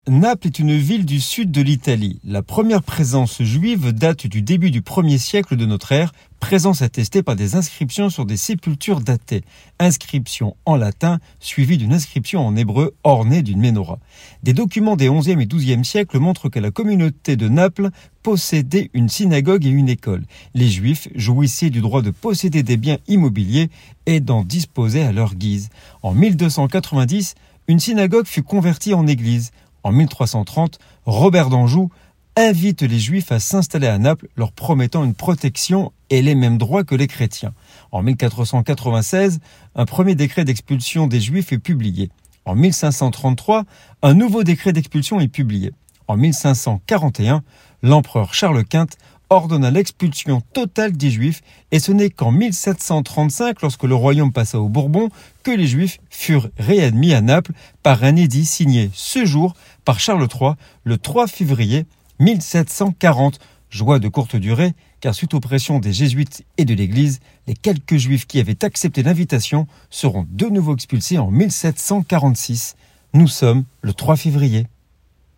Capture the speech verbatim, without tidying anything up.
Naples est une ville du sud de l'Italie. La première présence juive date du début du premier siècle de notre ère, présence attestée par des inscriptions sur des sépultures datées. Inscription en latin, suivie d'une inscription en hébreu ornée d'une menorah. Des documents des onzième et douzième siècles montrent que la communauté de Naples possédait une synagogue et une école. Les Juifs jouissaient du droit de posséder des biens immobiliers et d'en disposer à leur guise. En mille deux cent quatre-vingt-dix, une synagogue fut convertie en église. En mille trois cent trente, Robert d'Anjou invite les Juifs à s'installer à Naples, leur promettant une protection et les mêmes droits que les chrétiens. En mille quatre cent quatre-vingt-seize, un premier décret d'expulsion des Juifs est publié. En mille cinq cent trente-trois, un nouveau décret d'expulsion est publié. En mille cinq cent quarante et un, l'empereur Charles Quint ordonna l'expulsion totale des Juifs et ce n'est qu'en mille sept cent trente-cinq, lorsque le royaume passa aux Bourbons, que les Juifs furent réadmis à Naples par un édit signé ce jour par Charles trois, le trois février mille sept cent quarante. Joie de courte durée, car suite aux pressions des Jésuites et de l'Église, les quelques Juifs qui avaient accepté l'invitation seront de nouveau expulsés en mille sept cent quarante-six. Nous sommes le trois février.